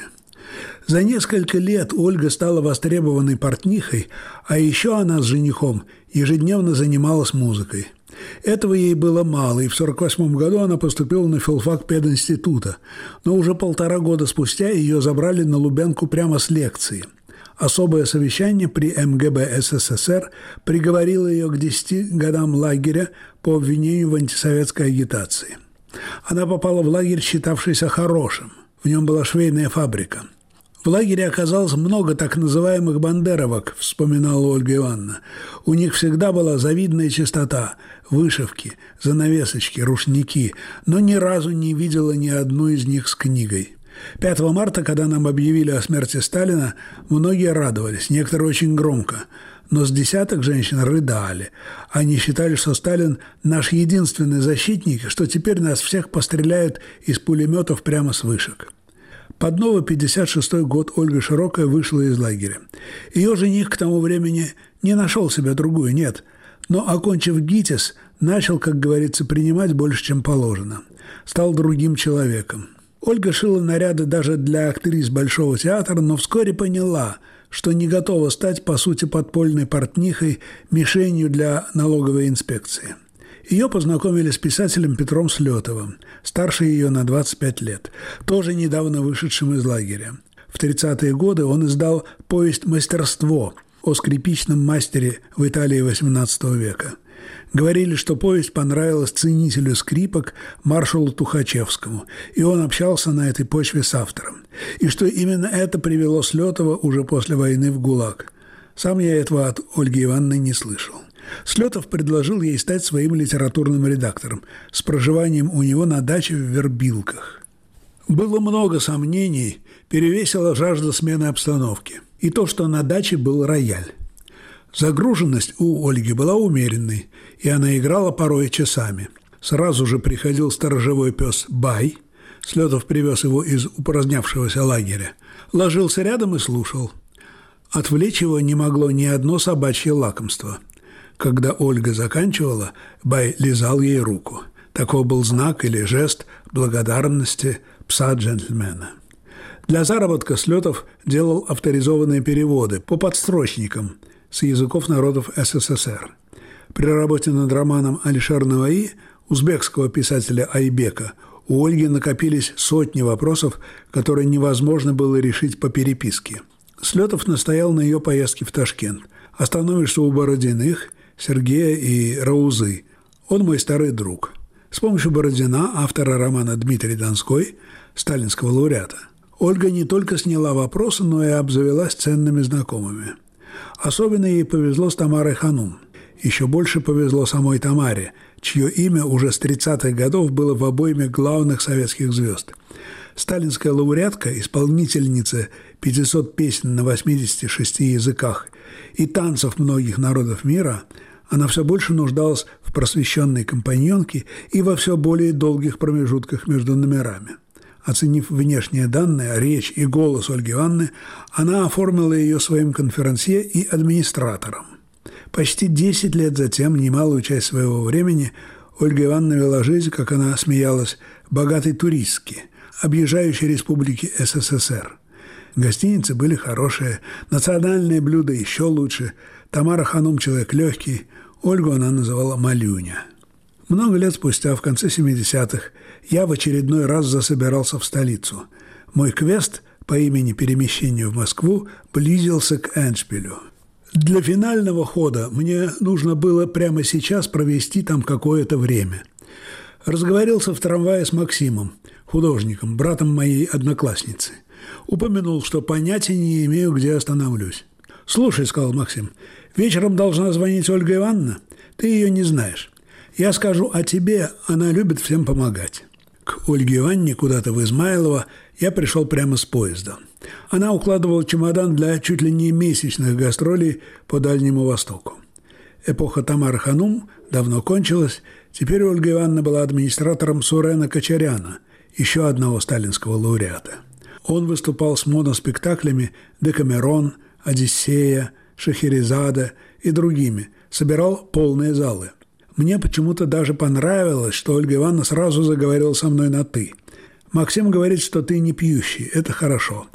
За несколько лет Ольга стала востребованной портнихой, а еще она с женихом ежедневно занималась музыкой. Этого ей было мало, и в 1948 году она поступила на филфак пединститута, но уже 1,5 года спустя ее забрали на Лубянку прямо с лекции. Особое совещание при МГБ СССР приговорило ее к 10 годам лагеря по обвинению в антисоветской агитации. Она попала в лагерь, считавшийся хорошим. В нем была швейная фабрика. В лагере оказалось много так называемых бандеровок, вспоминала Ольга Ивановна. У них всегда была завидная чистота, вышивки, занавесочки, рушники, но ни разу не видела ни одну из них с книгой. 5 марта, когда нам объявили о смерти Сталина, многие радовались, некоторые очень громко, но с десяток женщин рыдали. Они считали, что Сталин наш единственный защитник, что теперь нас всех постреляют из пулеметов прямо с вышек. Под новый 56-й год Ольга Широкая вышла из лагеря. Ее жених к тому времени не нашел себе другую, нет, но, окончив ГИТИС, начал, как говорится, принимать больше, чем положено. Стал другим человеком. Ольга шила наряды даже для актрис Большого театра, но вскоре поняла, что не готова стать, по сути, подпольной портнихой, мишенью для налоговой инспекции. Ее познакомили с писателем Петром Слетовым, старше ее на 25 лет, тоже недавно вышедшим из лагеря. В 30-е годы он издал повесть «Мастерство» о скрипичном мастере в Италии XVIII века. Говорили, что повесть понравилась ценителю скрипок маршалу Тухачевскому, и он общался на этой почве с автором, и что именно это привело Слетова уже после войны в ГУЛАГ. Сам я этого от Ольги Ивановны не слышал. Слетов предложил ей стать своим литературным редактором с проживанием у него на даче в Вербилках. Было много сомнений, перевесила жажда смены обстановки и то, что на даче был рояль. Загруженность у Ольги была умеренной, и она играла порой часами. Сразу же приходил сторожевой пес Бай, Слетов привез его из упразднявшегося лагеря, ложился рядом и слушал. Отвлечь его не могло ни одно собачье лакомство. Когда Ольга заканчивала, Бай лизал ей руку. Таков был знак или жест благодарности пса-джентльмена. Для заработка Слетов делал авторизованные переводы по подстрочникам с языков народов СССР. При работе над романом Алишер Наваи, узбекского писателя Айбека, у Ольги накопились сотни вопросов, которые невозможно было решить по переписке. Слетов настоял на ее поездке в Ташкент. Остановишься у Бородиных, Сергея и Раузы. Он мой старый друг. С помощью Бородина, автора романа Дмитрий Донской, сталинского лауреата, Ольга не только сняла вопросы, но и обзавелась ценными знакомыми. Особенно ей повезло с Тамарой Ханум. Еще больше повезло самой Тамаре, чье имя уже с 30-х годов было в обойме главных советских звезд. Сталинская лауреатка, исполнительница 500 песен на 86 языках и танцев многих народов мира, она все больше нуждалась в просвещенной компаньонке и во все более долгих промежутках между номерами. Оценив внешние данные, речь и голос Ольги Ивановны, она оформила ее своим конферансье и администратором. Почти 10 лет затем, немалую часть своего времени, Ольга Ивановна вела жизнь, как она смеялась, богатой туристки, объезжающей республики СССР. Гостиницы были хорошие, национальные блюда еще лучше. Тамара Ханум – человек легкий, Ольгу она называла «Малюня». Много лет спустя, в конце 70-х, я в очередной раз засобирался в столицу. Мой квест по имени перемещения в Москву близился к эндшпилю. Для финального хода мне нужно было прямо сейчас провести там какое-то время. Разговорился в трамвае с Максимом, художником, братом моей одноклассницы. Упомянул, что понятия не имею, где остановлюсь. «Слушай», – сказал Максим, – «вечером должна звонить Ольга Ивановна. Ты ее не знаешь. Я скажу о тебе, она любит всем помогать». К Ольге Ивановне куда-то в Измайлово я пришел прямо с поезда. Она укладывала чемодан для чуть ли не месячных гастролей по Дальнему Востоку. Эпоха Тамары Ханум давно кончилась, теперь Ольга Ивановна была администратором Сурена Качаряна, еще одного сталинского лауреата. Он выступал с моноспектаклями «Декамерон», «Одиссея», «Шахерезада» и другими, собирал полные залы. Мне почему-то даже понравилось, что Ольга Ивановна сразу заговорила со мной на «ты». «Максим говорит, что ты не пьющий, это хорошо.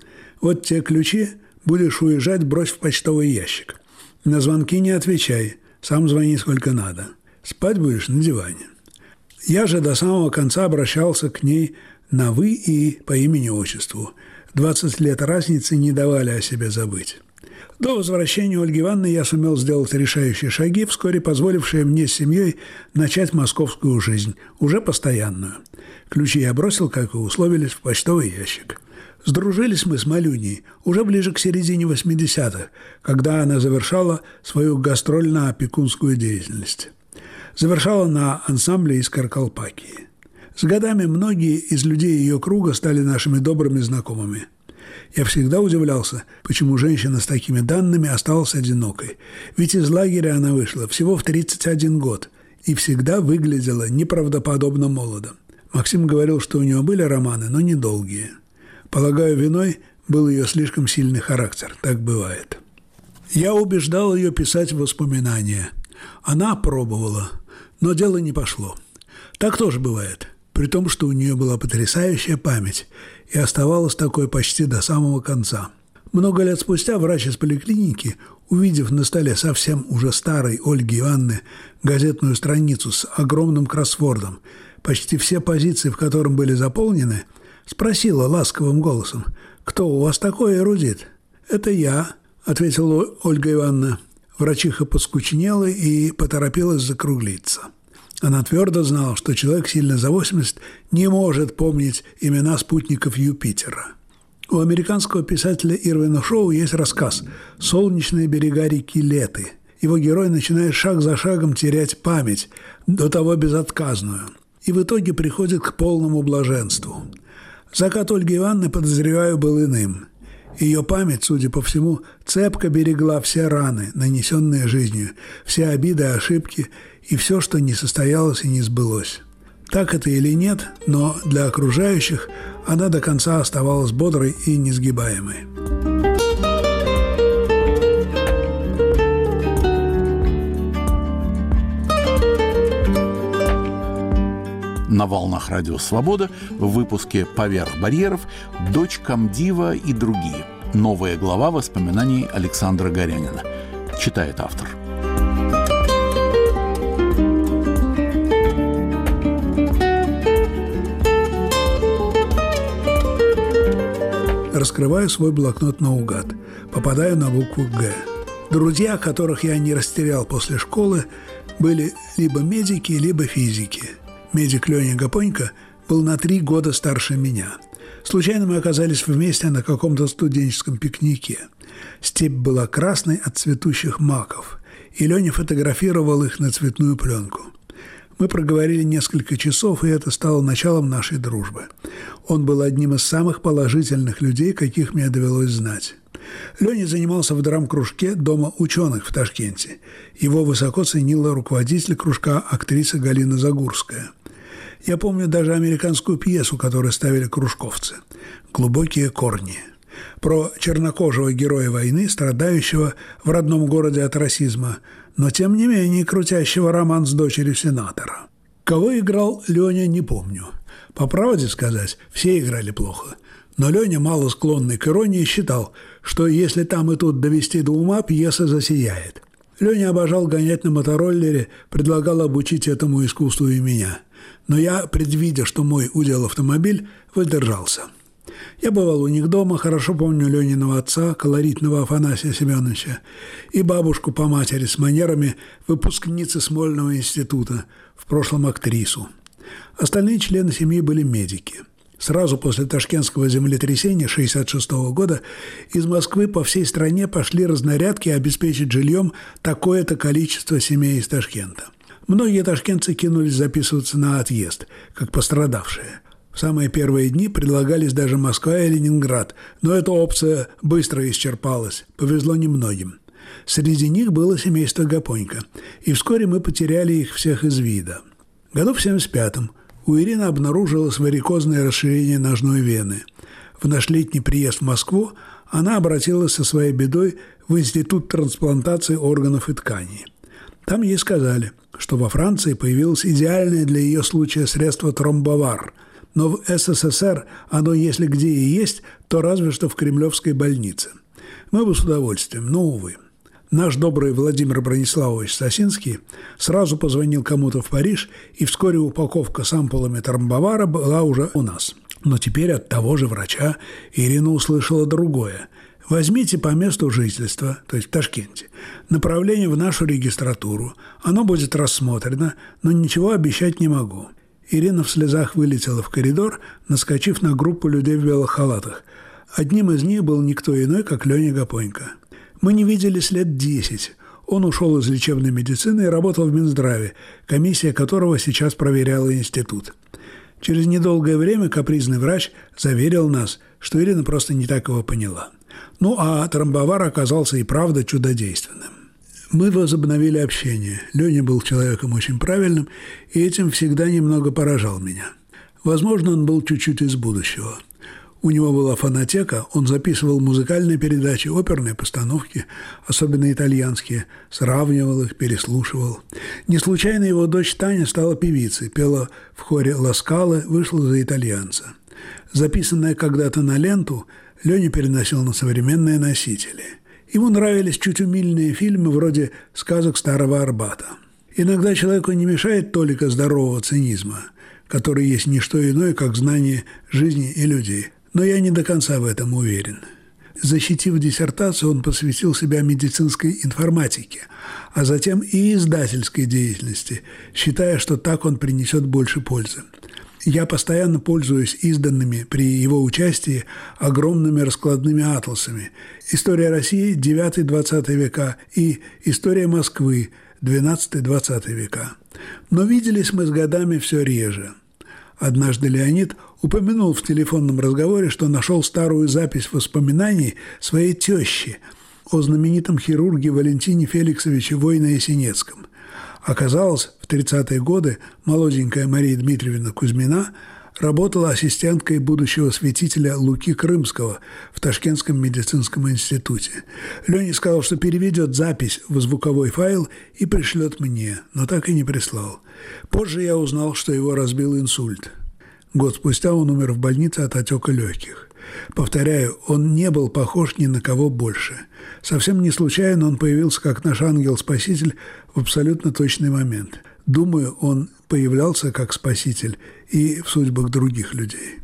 Вот те ключи, будешь уезжать, брось в почтовый ящик. На звонки не отвечай, сам звони сколько надо. Спать будешь на диване». Я же до самого конца обращался к ней на «вы» и по имени-отчеству. 20 лет разницы не давали о себе забыть. До возвращения Ольги Ивановны я сумел сделать решающие шаги, вскоре позволившие мне с семьей начать московскую жизнь, уже постоянную. Ключи я бросил, как и условились, в почтовый ящик. Сдружились мы с Малюней уже ближе к середине 80-х, когда она завершала свою гастрольно-опекунскую деятельность. Завершала на ансамбле из Каркалпакии. С годами многие из людей ее круга стали нашими добрыми знакомыми. Я всегда удивлялся, почему женщина с такими данными осталась одинокой. Ведь из лагеря она вышла всего в 31 год и всегда выглядела неправдоподобно молодо. Максим говорил, что у нее были романы, но недолгие. Полагаю, виной был ее слишком сильный характер. Так бывает. Я убеждал ее писать воспоминания. Она пробовала, но дело не пошло. Так тоже бывает. При том, что у нее была потрясающая память и оставалась такой почти до самого конца. Много лет спустя врач из поликлиники, увидев на столе совсем уже старой Ольги Ивановны газетную страницу с огромным кроссвордом, почти все позиции в котором были заполнены, спросила ласковым голосом: «Кто у вас такой эрудит?» «Это я», – ответила Ольга Ивановна. Врачиха поскучнела и поторопилась закруглиться. Она твердо знала, что человек сильно за 80 не может помнить имена спутников Юпитера. У американского писателя Ирвина Шоу есть рассказ «Солнечные берега реки Леты». Его герой начинает шаг за шагом терять память, до того безотказную, и в итоге приходит к полному блаженству. Закат Ольги Ивановны, подозреваю, был иным. Ее память, судя по всему, цепко берегла все раны, нанесенные жизнью, все обиды, ошибки и все, что не состоялось и не сбылось. Так это или нет, но для окружающих она до конца оставалась бодрой и несгибаемой. На волнах Радио Свобода в выпуске «Поверх барьеров» «Дочь комдива и другие». Новая глава воспоминаний Александра Горянина. Читает автор. Раскрываю свой блокнот наугад. Попадаю на букву «Г». Друзья, которых я не растерял после школы, были либо медики, либо физики. Медик Леня Гапонько был на 3 года старше меня. Случайно мы оказались вместе на каком-то студенческом пикнике. Степь была красной от цветущих маков, и Леня фотографировал их на цветную пленку. Мы проговорили несколько часов, и это стало началом нашей дружбы. Он был одним из самых положительных людей, каких мне довелось знать. Леня занимался в драм-кружке Дома ученых в Ташкенте. Его высоко ценила руководитель кружка актриса Галина Загурская. Я помню даже американскую пьесу, которую ставили кружковцы «Глубокие корни», про чернокожего героя войны, страдающего в родном городе от расизма, но тем не менее крутящего роман с дочерью сенатора. Кого играл Леня, не помню. По правде сказать, все играли плохо. Но Леня, мало склонный к иронии, считал, что если там и тут довести до ума, пьеса засияет. Леня обожал гонять на мотороллере, предлагал обучить этому искусству и меня. Но я, предвидя, что мой удел автомобиль, воздержался. Я бывал у них дома, хорошо помню Лениного отца, колоритного Афанасия Семеновича, и бабушку по матери с манерами выпускницы Смольного института, в прошлом актрису. Остальные члены семьи были медики. Сразу после ташкентского землетрясения 1966 года из Москвы по всей стране пошли разнарядки обеспечить жильем такое-то количество семей из Ташкента. Многие ташкентцы кинулись записываться на отъезд, как пострадавшие. В самые первые дни предлагались даже Москва и Ленинград, но эта опция быстро исчерпалась, повезло немногим. Среди них было семейство Гапонько, и вскоре мы потеряли их всех из вида. Году в 75-м у Ирины обнаружилось варикозное расширение ножной вены. В наш летний приезд в Москву она обратилась со своей бедой в Институт трансплантации органов и тканей. Там ей сказали, что во Франции появилось идеальное для ее случая средство тромбовар. но в СССР оно, если где и есть, то разве что в Кремлевской больнице. Мы бы с удовольствием, но, увы. Наш добрый Владимир Брониславович Сосинский сразу позвонил кому-то в Париж, и вскоре упаковка с ампулами тромбовара была уже у нас. Но теперь от того же врача Ирина услышала другое. Возьмите по месту жительства, то есть в Ташкенте, направление в нашу регистратуру. Оно будет рассмотрено, но ничего обещать не могу. Ирина в слезах вылетела в коридор, наскочив на группу людей в белых халатах. Одним из них был никто иной, как Леня Гапонько. Мы не виделись лет 10. Он ушел из лечебной медицины и работал в Минздраве, комиссия которого сейчас проверяла институт. Через недолгое время капризный врач заверил нас, что Ирина просто не так его поняла. Ну, а тромбовар оказался и правда чудодейственным. Мы возобновили общение. Леня был человеком очень правильным, и этим всегда немного поражал меня. Возможно, он был чуть-чуть из будущего. У него была фонотека, он записывал музыкальные передачи, оперные постановки, особенно итальянские, сравнивал их, переслушивал. Не случайно его дочь Таня стала певицей, пела в хоре «Ла Скала», вышла за итальянца. Записанное когда-то на ленту Леня переносил на современные носители. Ему нравились чуть умильные фильмы вроде «Сказок Старого Арбата». Иногда человеку не мешает толика здорового цинизма, который есть не что иное, как знание жизни и людей. Но я не до конца в этом уверен. Защитив диссертацию, он посвятил себя медицинской информатике, а затем и издательской деятельности, считая, что так он принесет больше пользы. Я постоянно пользуюсь изданными при его участии огромными раскладными атласами «История России IX-XX века» и «История Москвы XII-XX века». Но виделись мы с годами все реже. Однажды Леонид упомянул в телефонном разговоре, что нашел старую запись воспоминаний своей тещи о знаменитом хирурге Валентине Феликсовиче Войно-Ясенецком. Оказалось, в 30-е годы молоденькая Мария Дмитриевна Кузьмина работала ассистенткой будущего святителя Луки Крымского в Ташкентском медицинском институте. Леня сказал, что переведет запись в звуковой файл и пришлет мне, но так и не прислал. Позже я узнал, что его разбил инсульт. Год спустя он умер в больнице от отека легких. Повторяю, он не был похож ни на кого больше. Совсем не случайно он появился как наш ангел-спаситель в абсолютно точный момент. Думаю, он появлялся как спаситель и в судьбах других людей.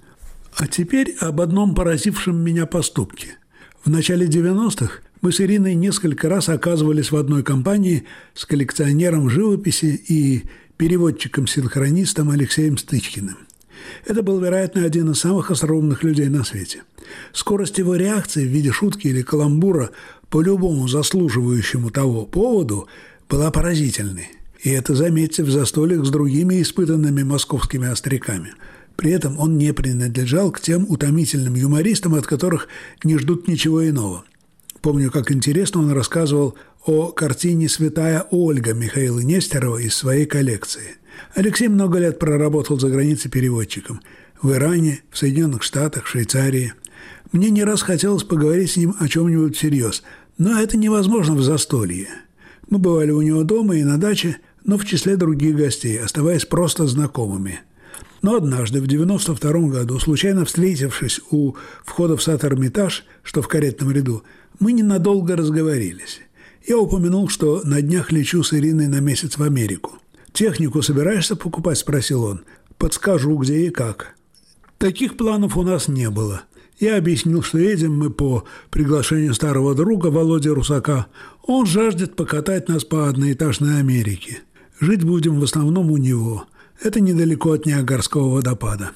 А теперь об одном поразившем меня поступке. В начале 90-х мы с Ириной несколько раз оказывались в одной компании с коллекционером живописи и переводчиком-синхронистом Алексеем Стычкиным. Это был, вероятно, один из самых остроумных людей на свете. Скорость его реакции в виде шутки или каламбура по любому заслуживающему того поводу была поразительной. И это, заметьте, в застольях с другими испытанными московскими остряками. При этом он не принадлежал к тем утомительным юмористам, от которых не ждут ничего иного. Помню, как интересно он рассказывал о картине «Святая Ольга» Михаила Нестерова из своей коллекции. Алексей много лет проработал за границей переводчиком. В Иране, в Соединенных Штатах, в Швейцарии. Мне не раз хотелось поговорить с ним о чем-нибудь всерьез, но это невозможно в застолье. Мы бывали у него дома и на даче, но в числе других гостей, оставаясь просто знакомыми. Но однажды, в 92 году, случайно встретившись у входа в сад «Эрмитаж», что в каретном ряду, мы ненадолго разговорились. Я упомянул, что на днях лечу с Ириной на месяц в Америку. «Технику собираешься покупать?» – спросил он. «Подскажу, где и как». Таких планов у нас не было. Я объяснил, что едем мы по приглашению старого друга Володи Русака. Он жаждет покатать нас по одноэтажной Америке. Жить будем в основном у него. Это недалеко от Ниагарского водопада.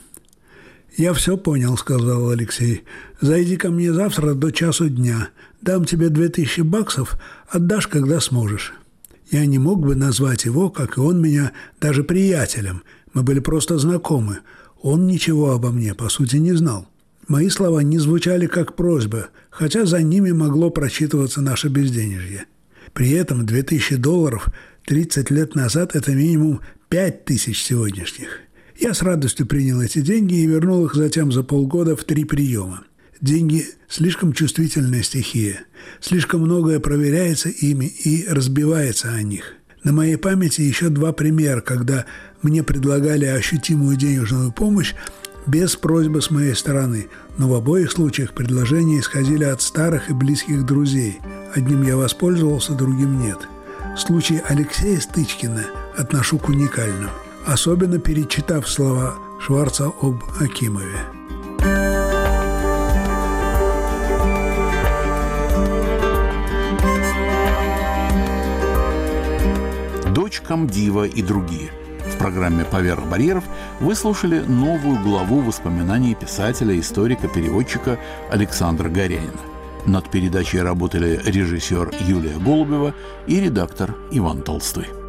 «Я все понял», – сказал Алексей. «Зайди ко мне завтра до часу дня. Дам тебе $2000, отдашь, когда сможешь». Я не мог бы назвать его, как и он меня, даже приятелем. Мы были просто знакомы. Он ничего обо мне, по сути, не знал. Мои слова не звучали как просьба, хотя за ними могло просчитываться наше безденежье. При этом $2000 30 лет назад – это минимум 5000 сегодняшних. Я с радостью принял эти деньги и вернул их затем за полгода в 3 приема. Деньги – слишком чувствительная стихия. Слишком многое проверяется ими и разбивается о них. На моей памяти еще 2 примера, когда мне предлагали ощутимую денежную помощь без просьбы с моей стороны, но в обоих случаях предложения исходили от старых и близких друзей. Одним я воспользовался, другим нет. Случай Алексея Стычкина отношу к уникальным, особенно перечитав слова Шварца об Акимове. «Дочь комдива» и другие. В программе «Поверх барьеров» вы слушали новую главу воспоминаний писателя, историка, переводчика Александра Горянина. Над передачей работали режиссер Юлия Голубева и редактор Иван Толстой.